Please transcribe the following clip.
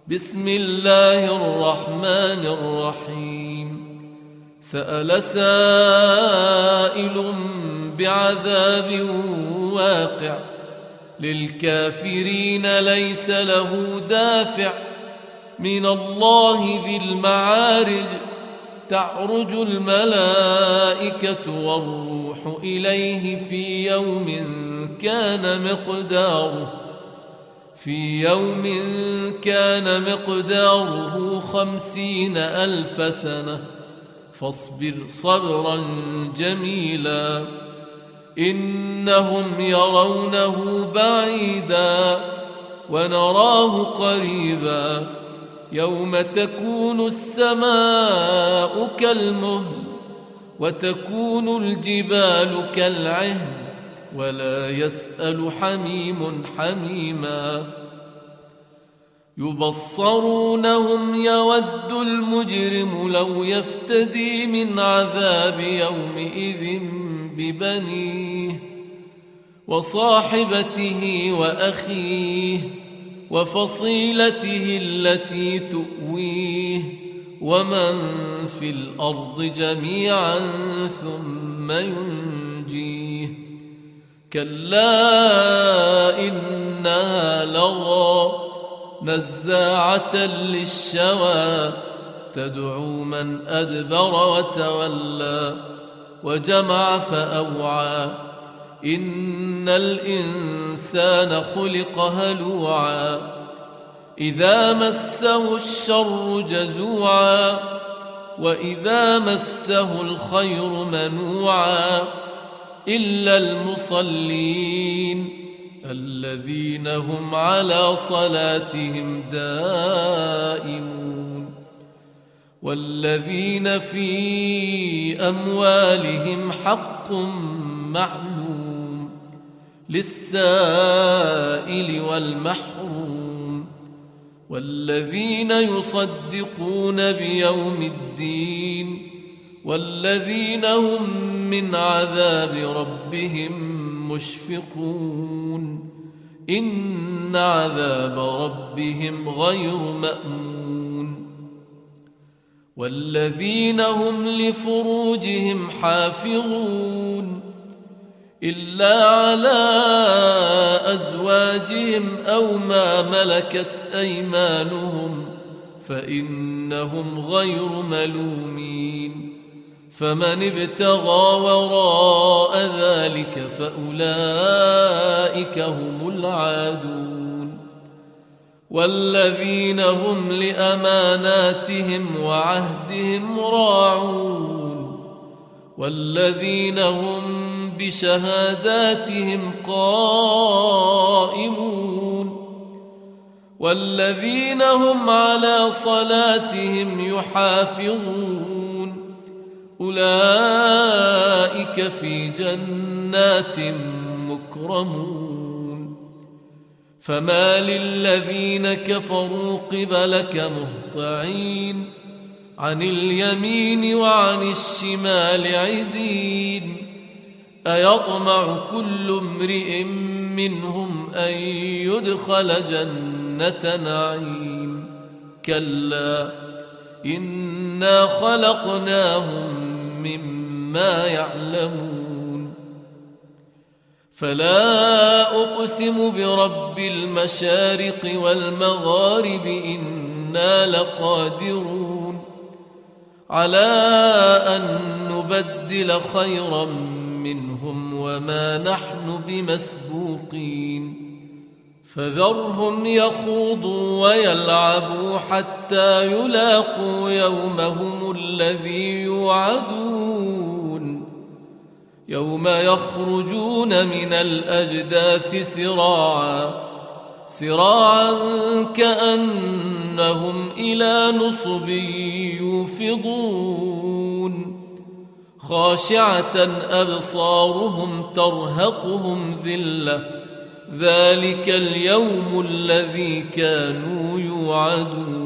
بسم الله الرحمن الرحيم. سأل سائل بعذاب واقع للكافرين ليس له دافع من الله ذي المعارج. تعرج الملائكة والروح إليه في يوم كان مقداره 50,000 سنة فاصبر صبرا جميلا. إنهم يرونه بعيدا ونراه قريبا. يوم تكون السماء كالمهل وتكون الجبال كالعهن ولا يسأل حميم حميما. يبصرونهم يود المجرم لو يفتدي من عذاب يومئذ ببنيه وصاحبته وأخيه وفصيلته التي تؤويه ومن في الأرض جميعا ثم ينجيه. كلا إنها لظى نزاعة للشوى تدعو من أدبر وتولى وجمع فأوعى. إن الإنسان خلق هلوعا إذا مسه الشر جزوعا وإذا مسه الخير منوعا إلا المصلين الذين هم على صلاتهم دائمون والذين في أموالهم حق معلوم للسائل والمحروم والذين يصدقون بيوم الدين والذين هم من عذاب ربهم مشفقون. إن عذاب ربهم غير مأمون. والذين هم لفروجهم حافظون إلا على أزواجهم أو ما ملكت أيمانهم فإنهم غير ملومين. فمن ابتغى وراء ذلك فأولئك هم العادون. والذين هم لأماناتهم وعهدهم راعون والذين هم بشهاداتهم قائمون والذين هم على صلاتهم يحافظون. أولئك في جنات مكرمون. فما للذين كفروا قبلك مهطعين عن اليمين وعن الشمال عزين. أيطمع كل امرئ منهم أن يدخل جنة نعيم. كلا إنا خلقناهم مما يعلمون. فلا أقسم برب المشارق والمغارب إنا لقادرون على أن نبدل خيرا منهم وما نحن بمسبوقين. فذرهم يخوضوا ويلعبوا حتى يلاقوا يومهم الذي يوعدون. يوم يخرجون من الأجداث سراعا كأنهم إلى نصب يوفضون. خاشعة أبصارهم ترهقهم ذلة ذلك اليوم الذي كانوا يوعدون.